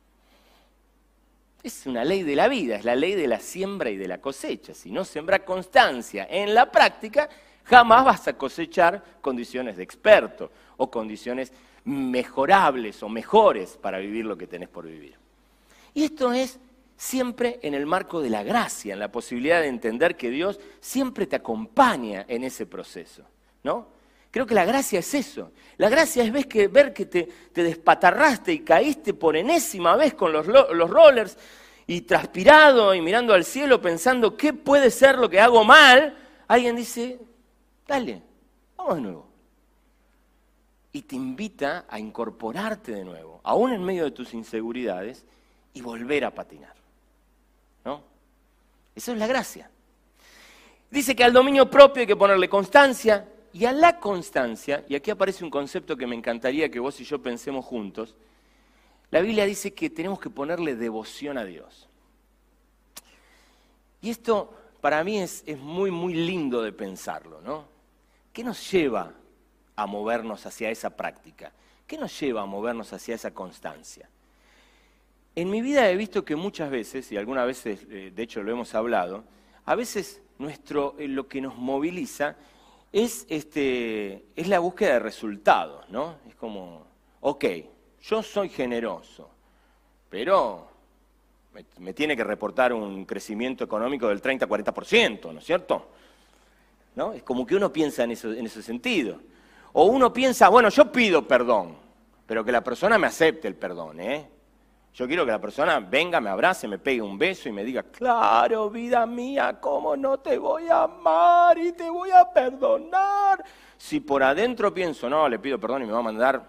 Es una ley de la vida, es la ley de la siembra y de la cosecha. Si no sembras constancia en la práctica, jamás vas a cosechar condiciones de experto o condiciones mejorables o mejores para vivir lo que tenés por vivir. Y esto es siempre en el marco de la gracia, en la posibilidad de entender que Dios siempre te acompaña en ese proceso, ¿no? Creo que la gracia es eso. La gracia es ves que, ver que te, te despatarraste y caíste por enésima vez con los, los rollers y transpirado y mirando al cielo pensando qué puede ser lo que hago mal. Alguien dice, dale, vamos de nuevo. Y te invita a incorporarte de nuevo, aún en medio de tus inseguridades, y volver a patinar, ¿no? Eso es la gracia. Dice que al dominio propio hay que ponerle constancia, y a la constancia, y aquí aparece un concepto que me encantaría que vos y yo pensemos juntos, la Biblia dice que tenemos que ponerle devoción a Dios. Y esto para mí es, es muy, muy lindo de pensarlo, ¿no? ¿Qué nos lleva a movernos hacia esa práctica? ¿Qué nos lleva a movernos hacia esa constancia? En mi vida he visto que muchas veces, y algunas veces, de hecho lo hemos hablado, a veces nuestro, lo que nos moviliza es, este, es la búsqueda de resultados, ¿no? Es como, ok, yo soy generoso, pero me, me tiene que reportar un crecimiento económico del treinta a cuarenta por ciento, ¿no es cierto? ¿No? Es como que uno piensa en, eso, en ese sentido. O uno piensa, bueno, yo pido perdón, pero que la persona me acepte el perdón, ¿eh? Yo quiero que la persona venga, me abrace, me pegue un beso y me diga, claro, vida mía, cómo no te voy a amar y te voy a perdonar. Si por adentro pienso, no, le pido perdón y me va a mandar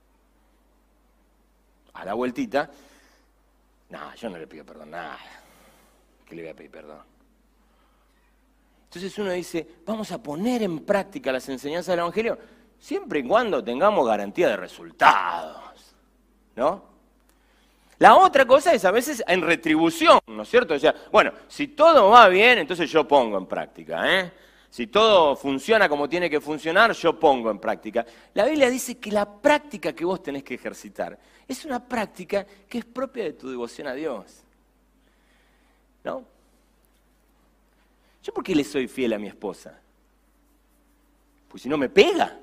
a la vueltita, no, yo no le pido perdón, nada. ¿Qué le voy a pedir perdón? Entonces uno dice, vamos a poner en práctica las enseñanzas del Evangelio, siempre y cuando tengamos garantía de resultados, ¿no? La otra cosa es a veces en retribución, ¿no es cierto? O sea, bueno, si todo va bien, entonces yo pongo en práctica, ¿eh? Si todo funciona como tiene que funcionar, yo pongo en práctica. La Biblia dice que la práctica que vos tenés que ejercitar es una práctica que es propia de tu devoción a Dios, ¿no? ¿Yo por qué le soy fiel a mi esposa? Pues si no me pega.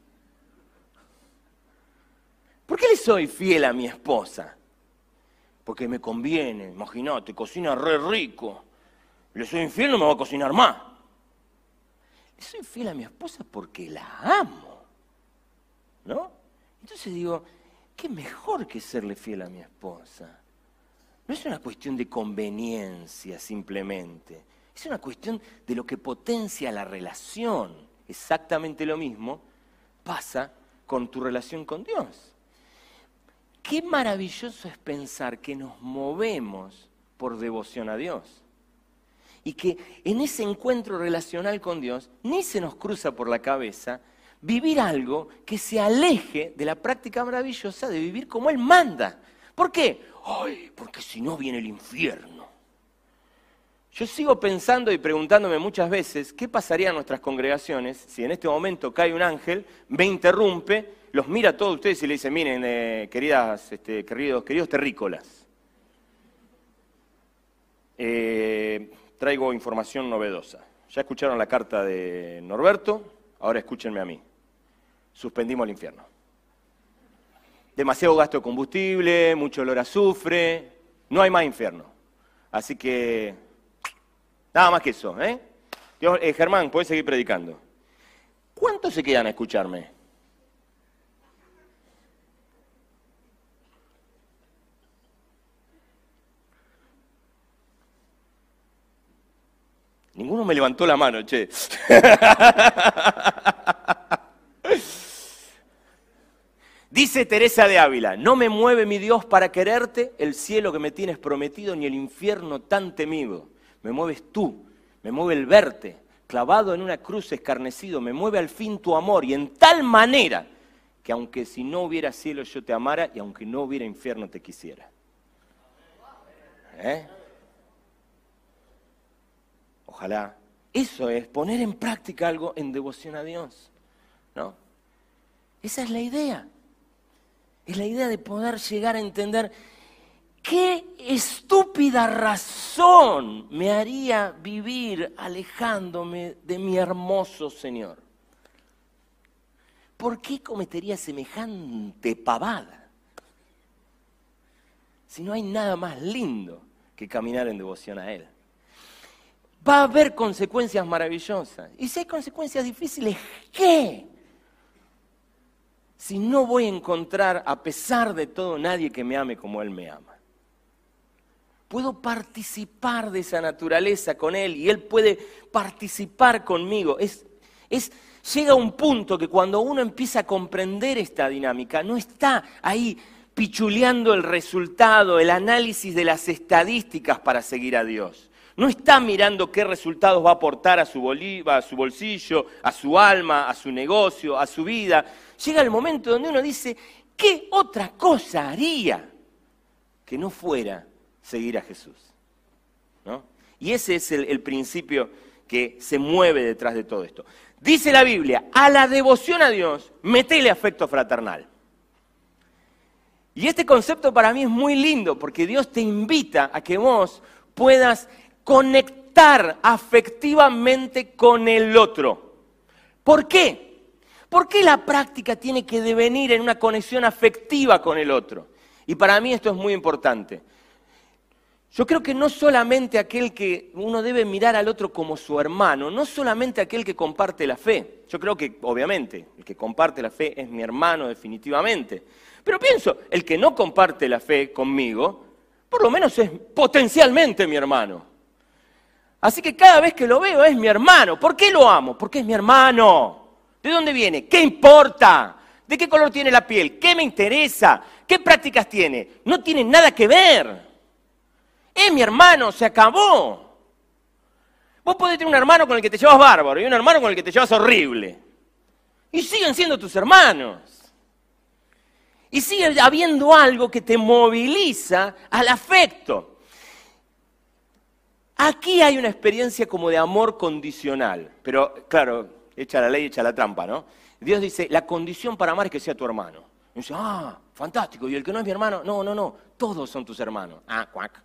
¿Por qué le soy fiel a mi esposa? Porque me conviene, imagínate, cocina re rico. Le soy infiel, no me va a cocinar más. Le soy fiel a mi esposa porque la amo, ¿no? Entonces digo, ¿qué mejor que serle fiel a mi esposa? No es una cuestión de conveniencia simplemente. Es una cuestión de lo que potencia la relación. Exactamente lo mismo pasa con tu relación con Dios. Qué maravilloso es pensar que nos movemos por devoción a Dios. Y que en ese encuentro relacional con Dios ni se nos cruza por la cabeza vivir algo que se aleje de la práctica maravillosa de vivir como Él manda. ¿Por qué? Ay, porque si no viene el infierno. Yo sigo pensando y preguntándome muchas veces qué pasaría en nuestras congregaciones si en este momento cae un ángel, me interrumpe, los mira a todos ustedes y le dice, miren, eh, queridas, este, queridos, queridos terrícolas, eh, traigo información novedosa. Ya escucharon la carta de Norberto, ahora escúchenme a mí. Suspendimos el infierno. Demasiado gasto de combustible, mucho olor a azufre, no hay más infierno. Así que, nada más que eso, ¿eh? Dios, eh Germán, puedes seguir predicando. ¿Cuántos se quedan a escucharme? Ninguno me levantó la mano, che. Dice Teresa de Ávila, no me mueve mi Dios para quererte el cielo que me tienes prometido ni el infierno tan temido. Me mueves tú, me mueve el verte, clavado en una cruz escarnecido, me mueve al fin tu amor y en tal manera que aunque si no hubiera cielo yo te amara y aunque no hubiera infierno te quisiera. ¿Eh? Ojalá. Eso es poner en práctica algo en devoción a Dios, ¿no? Esa es la idea. Es la idea de poder llegar a entender qué estúpida razón me haría vivir alejándome de mi hermoso Señor. ¿Por qué cometería semejante pavada? Si no hay nada más lindo que caminar en devoción a Él. Va a haber consecuencias maravillosas. Y si hay consecuencias difíciles, ¿qué? Si no voy a encontrar, a pesar de todo, nadie que me ame como Él me ama. Puedo participar de esa naturaleza con Él y Él puede participar conmigo. Es, es, llega un punto que cuando uno empieza a comprender esta dinámica, no está ahí pichuleando el resultado, el análisis de las estadísticas para seguir a Dios. No está mirando qué resultados va a aportar a su, boliva, a su bolsillo, a su alma, a su negocio, a su vida. Llega el momento donde uno dice, ¿qué otra cosa haría que no fuera seguir a Jesús? ¿No? Y ese es el, el principio que se mueve detrás de todo esto. Dice la Biblia, a la devoción a Dios, metele afecto fraternal. Y este concepto para mí es muy lindo, porque Dios te invita a que vos puedas conectar afectivamente con el otro. ¿Por qué? ¿Por qué la práctica tiene que devenir en una conexión afectiva con el otro? Y para mí esto es muy importante. Yo creo que no solamente aquel que uno debe mirar al otro como su hermano, no solamente aquel que comparte la fe. Yo creo que, obviamente, el que comparte la fe es mi hermano definitivamente. Pero pienso, el que no comparte la fe conmigo, por lo menos es potencialmente mi hermano. Así que cada vez que lo veo es mi hermano. ¿Por qué lo amo? Porque es mi hermano. ¿De dónde viene? ¿Qué importa? ¿De qué color tiene la piel? ¿Qué me interesa? ¿Qué prácticas tiene? No tiene nada que ver. Es mi hermano, se acabó. Vos podés tener un hermano con el que te llevas bárbaro y un hermano con el que te llevas horrible. Y siguen siendo tus hermanos. Y sigue habiendo algo que te moviliza al afecto. Aquí hay una experiencia como de amor condicional, pero claro, echa la ley, echa la trampa, ¿no? Dios dice, la condición para amar es que sea tu hermano. Y dice, ah, fantástico, ¿y el que no es mi hermano? No, no, no, todos son tus hermanos. Ah, cuac.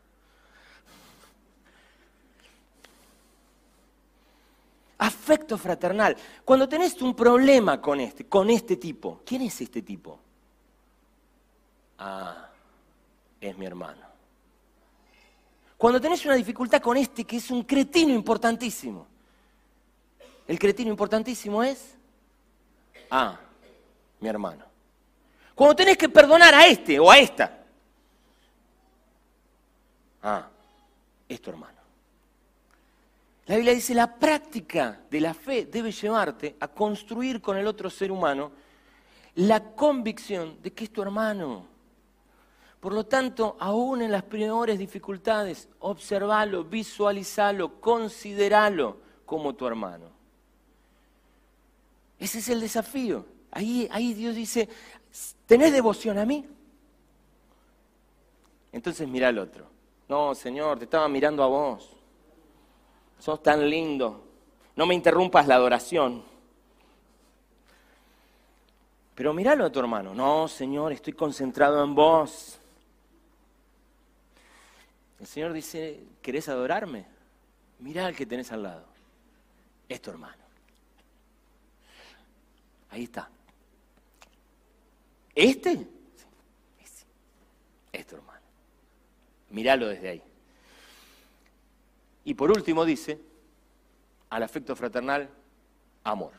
Afecto fraternal. Cuando tenés un problema con este, con este tipo, ¿quién es este tipo? Ah, es mi hermano. Cuando tenés una dificultad con este que es un cretino importantísimo, el cretino importantísimo es, ah, mi hermano. Cuando tenés que perdonar a este o a esta, ah, es tu hermano. La Biblia dice, la práctica de la fe debe llevarte a construir con el otro ser humano la convicción de que es tu hermano. Por lo tanto, aún en las peores dificultades, observalo, visualizalo, consideralo como tu hermano. Ese es el desafío. Ahí, ahí Dios dice, ¿tenés devoción a mí? Entonces mira al otro. No, Señor, te estaba mirando a vos. Sos tan lindo. No me interrumpas la adoración. Pero míralo a tu hermano. No, Señor, estoy concentrado en vos. El Señor dice, ¿querés adorarme? mirá al que tenés al lado. Es tu hermano. Ahí está. ¿Este? Sí, ese. Es tu hermano. Míralo desde ahí. Y por último dice, al afecto fraternal, amor.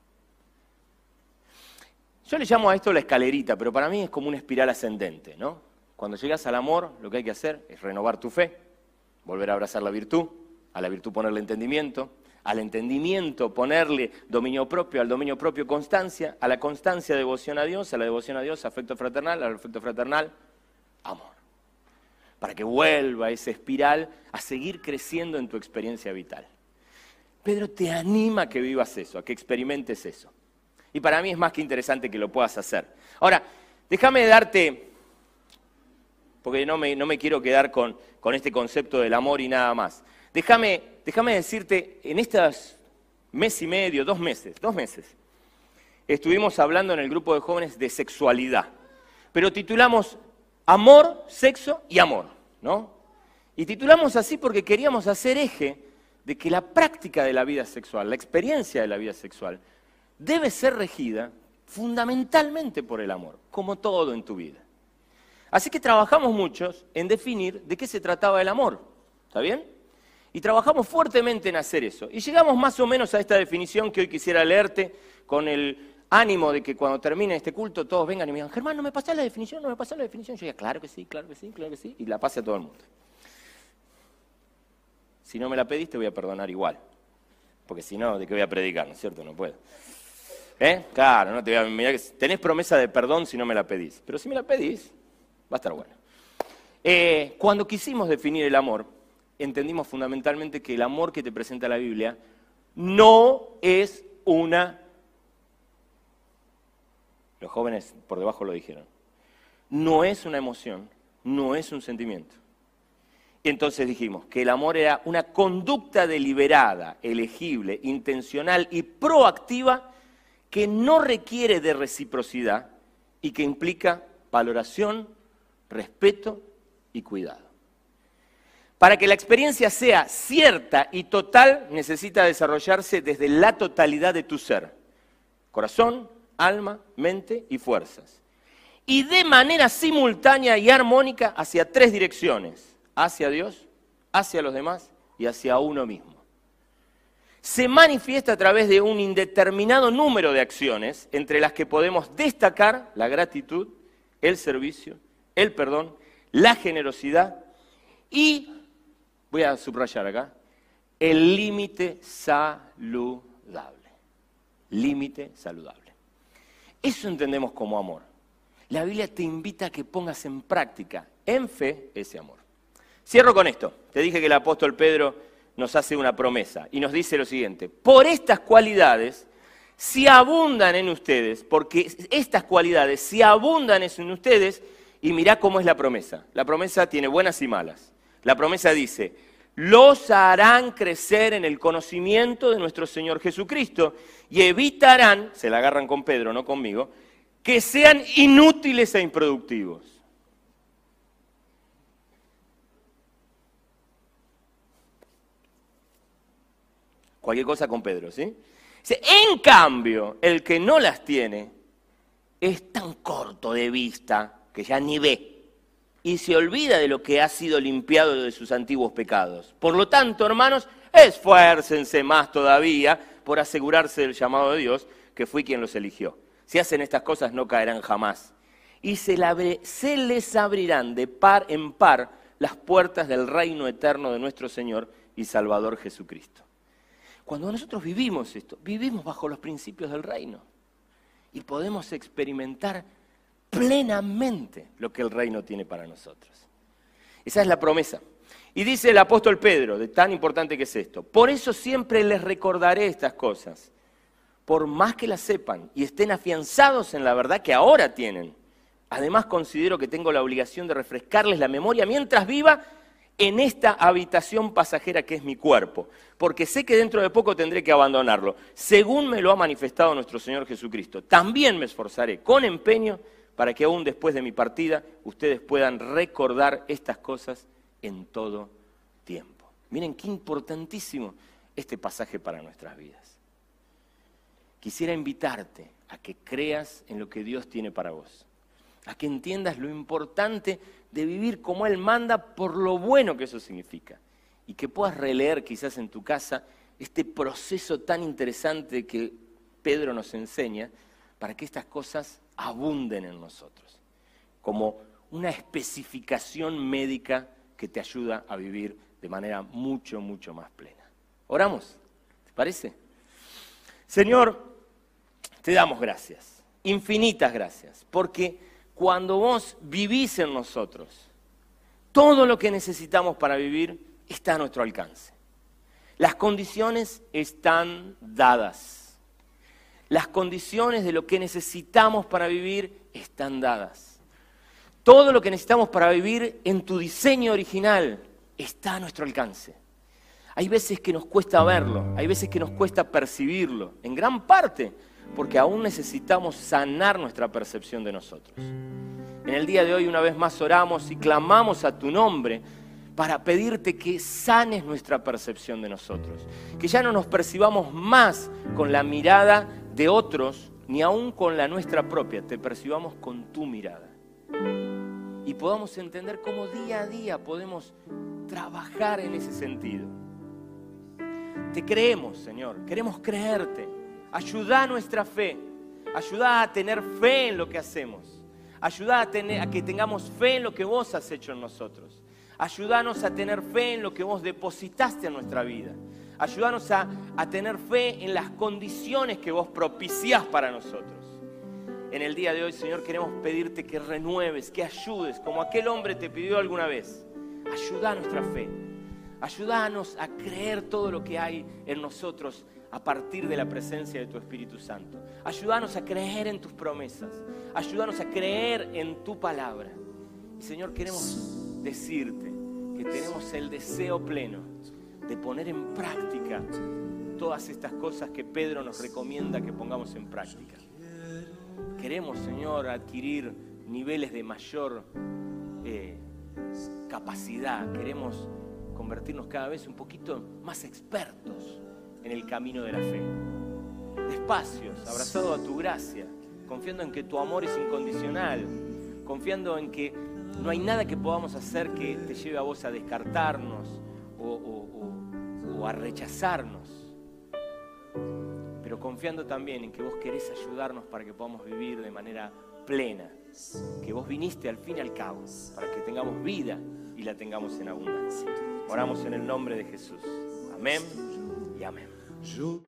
Yo le llamo a esto la escalerita, pero para mí es como una espiral ascendente, ¿no? Cuando llegas al amor, lo que hay que hacer es renovar tu fe, volver a abrazar la virtud, a la virtud ponerle entendimiento, al entendimiento ponerle dominio propio, al dominio propio constancia, a la constancia devoción a Dios, a la devoción a Dios afecto fraternal, al afecto fraternal amor. Para que vuelva esa espiral a seguir creciendo en tu experiencia vital. Pedro te anima a que vivas eso, a que experimentes eso. Y para mí es más que interesante que lo puedas hacer. Ahora, déjame darte, porque no me, no me quiero quedar con, con este concepto del amor y nada más. Déjame, déjame decirte, en estos mes y medio, dos meses, dos meses, estuvimos hablando en el grupo de jóvenes de sexualidad, pero titulamos Amor, Sexo y Amor, ¿no? Y titulamos así porque queríamos hacer eje de que la práctica de la vida sexual, la experiencia de la vida sexual, debe ser regida fundamentalmente por el amor, como todo en tu vida. Así que trabajamos muchos en definir de qué se trataba el amor, ¿está bien? Y trabajamos fuertemente en hacer eso. Y llegamos más o menos a esta definición que hoy quisiera leerte con el ánimo de que cuando termine este culto todos vengan y me digan, Germán, ¿no me pasás la definición? ¿No me pasás la definición? Yo diga, claro que sí, claro que sí, claro que sí, y la pase a todo el mundo. Si no me la pedís, te voy a perdonar igual. Porque si no, ¿de qué voy a predicar? ¿No es cierto? No puedo. ¿Eh? Claro, no te voy a mirar que tenés promesa de perdón si no me la pedís. Pero si me la pedís, va a estar bueno. Eh, cuando quisimos definir el amor, entendimos fundamentalmente que el amor que te presenta la Biblia no es una... Los jóvenes por debajo lo dijeron. No es una emoción, no es un sentimiento. Y entonces dijimos que el amor era una conducta deliberada, elegible, intencional y proactiva que no requiere de reciprocidad y que implica valoración, respeto y cuidado. Para que la experiencia sea cierta y total, necesita desarrollarse desde la totalidad de tu ser. Corazón, alma, mente y fuerzas. Y de manera simultánea y armónica hacia tres direcciones. Hacia Dios, hacia los demás y hacia uno mismo. Se manifiesta a través de un indeterminado número de acciones, entre las que podemos destacar la gratitud, el servicio, el perdón, la generosidad y, voy a subrayar acá, el límite saludable. Límite saludable. Eso entendemos como amor. La Biblia te invita a que pongas en práctica, en fe, ese amor. Cierro con esto. Te dije que el apóstol Pedro nos hace una promesa y nos dice lo siguiente. Por estas cualidades, si abundan en ustedes, porque estas cualidades, si abundan en ustedes, y mirá cómo es la promesa. La promesa tiene buenas y malas. La promesa dice, los harán crecer en el conocimiento de nuestro Señor Jesucristo y evitarán, se la agarran con Pedro, no conmigo, que sean inútiles e improductivos. Cualquier cosa con Pedro, ¿sí? Dice, en cambio, el que no las tiene es tan corto de vista que ya ni ve y se olvida de lo que ha sido limpiado de sus antiguos pecados. Por lo tanto, hermanos, esfuércense más todavía por asegurarse del llamado de Dios, que fui quien los eligió. Si hacen estas cosas no caerán jamás. Y se, la, se les abrirán de par en par las puertas del reino eterno de nuestro Señor y Salvador Jesucristo. Cuando nosotros vivimos esto, vivimos bajo los principios del reino y podemos experimentar plenamente lo que el reino tiene para nosotros. Esa es la promesa. Y dice el apóstol Pedro, de tan importante que es esto, por eso siempre les recordaré estas cosas, por más que las sepan y estén afianzados en la verdad que ahora tienen. Además considero que tengo la obligación de refrescarles la memoria mientras viva en esta habitación pasajera que es mi cuerpo, porque sé que dentro de poco tendré que abandonarlo, según me lo ha manifestado nuestro Señor Jesucristo. También me esforzaré con empeño para que aún después de mi partida ustedes puedan recordar estas cosas en todo tiempo. Miren qué importantísimo este pasaje para nuestras vidas. Quisiera invitarte a que creas en lo que Dios tiene para vos, a que entiendas lo importante de vivir como Él manda por lo bueno que eso significa, y que puedas releer quizás en tu casa este proceso tan interesante que Pedro nos enseña para que estas cosas abunden en nosotros, como una especificación médica que te ayuda a vivir de manera mucho, mucho más plena. ¿Oramos? ¿Te parece? Señor, te damos gracias, infinitas gracias, porque cuando vos vivís en nosotros, todo lo que necesitamos para vivir está a nuestro alcance. Las condiciones están dadas. Las condiciones de lo que necesitamos para vivir están dadas. Todo lo que necesitamos para vivir en tu diseño original está a nuestro alcance. Hay veces que nos cuesta verlo, hay veces que nos cuesta percibirlo, en gran parte porque aún necesitamos sanar nuestra percepción de nosotros. En el día de hoy una vez más oramos y clamamos a tu nombre para pedirte que sanes nuestra percepción de nosotros, que ya no nos percibamos más con la mirada de otros, ni aún con la nuestra propia, te percibamos con tu mirada. Y podamos entender cómo día a día podemos trabajar en ese sentido. Te creemos, Señor, queremos creerte. Ayuda nuestra fe, ayuda a tener fe en lo que hacemos, ayuda a, tener, a que tengamos fe en lo que vos has hecho en nosotros, ayúdanos a tener fe en lo que vos depositaste en nuestra vida, ayúdanos a, a tener fe en las condiciones que vos propiciás para nosotros. En el día de hoy, Señor, queremos pedirte que renueves, que ayudes, como aquel hombre te pidió alguna vez. Ayuda nuestra fe, ayúdanos a creer todo lo que hay en nosotros a partir de la presencia de tu Espíritu Santo. Ayúdanos a creer en tus promesas. Ayúdanos a creer en tu palabra. Y Señor, queremos decirte que tenemos el deseo pleno de poner en práctica todas estas cosas que Pedro nos recomienda que pongamos en práctica. Queremos, Señor, adquirir niveles de mayor eh, capacidad. Queremos convertirnos cada vez un poquito más expertos en el camino de la fe. Despacios, abrazados a tu gracia, confiando en que tu amor es incondicional, confiando en que no hay nada que podamos hacer que te lleve a vos a descartarnos o, o, o, o a rechazarnos, pero confiando también en que vos querés ayudarnos para que podamos vivir de manera plena, que vos viniste al fin y al cabo para que tengamos vida y la tengamos en abundancia. Oramos en el nombre de Jesús. Amén y amén.